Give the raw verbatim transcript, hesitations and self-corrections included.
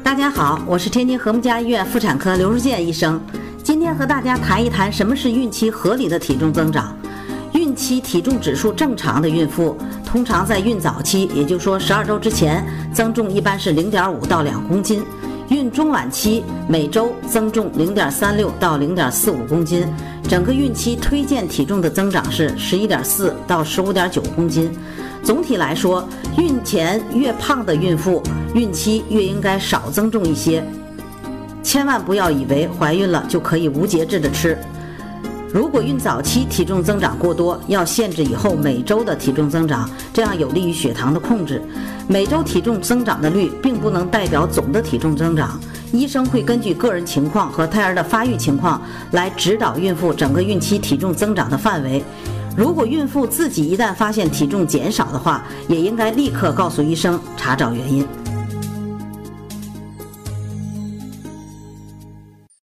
大家好，我是天津和睦家医院妇产科刘淑健医生。今天和大家谈一谈什么是孕期合理的体重增长。孕期体重指数正常的孕妇，通常在孕早期，也就是说十二周之前，增重一般是 零点五到两公斤。孕中晚期每周增重 零点三六到零点四五公斤，整个孕期推荐体重的增长是 十一点四到十五点九公斤。总体来说，孕前越胖的孕妇，孕期越应该少增重一些。千万不要以为怀孕了就可以无节制的吃。如果孕早期体重增长过多，要限制以后每周的体重增长，这样有利于血糖的控制。每周体重增长的率并不能代表总的体重增长，医生会根据个人情况和胎儿的发育情况来指导孕妇整个孕期体重增长的范围。如果孕妇自己一旦发现体重减少的话，也应该立刻告诉医生查找原因。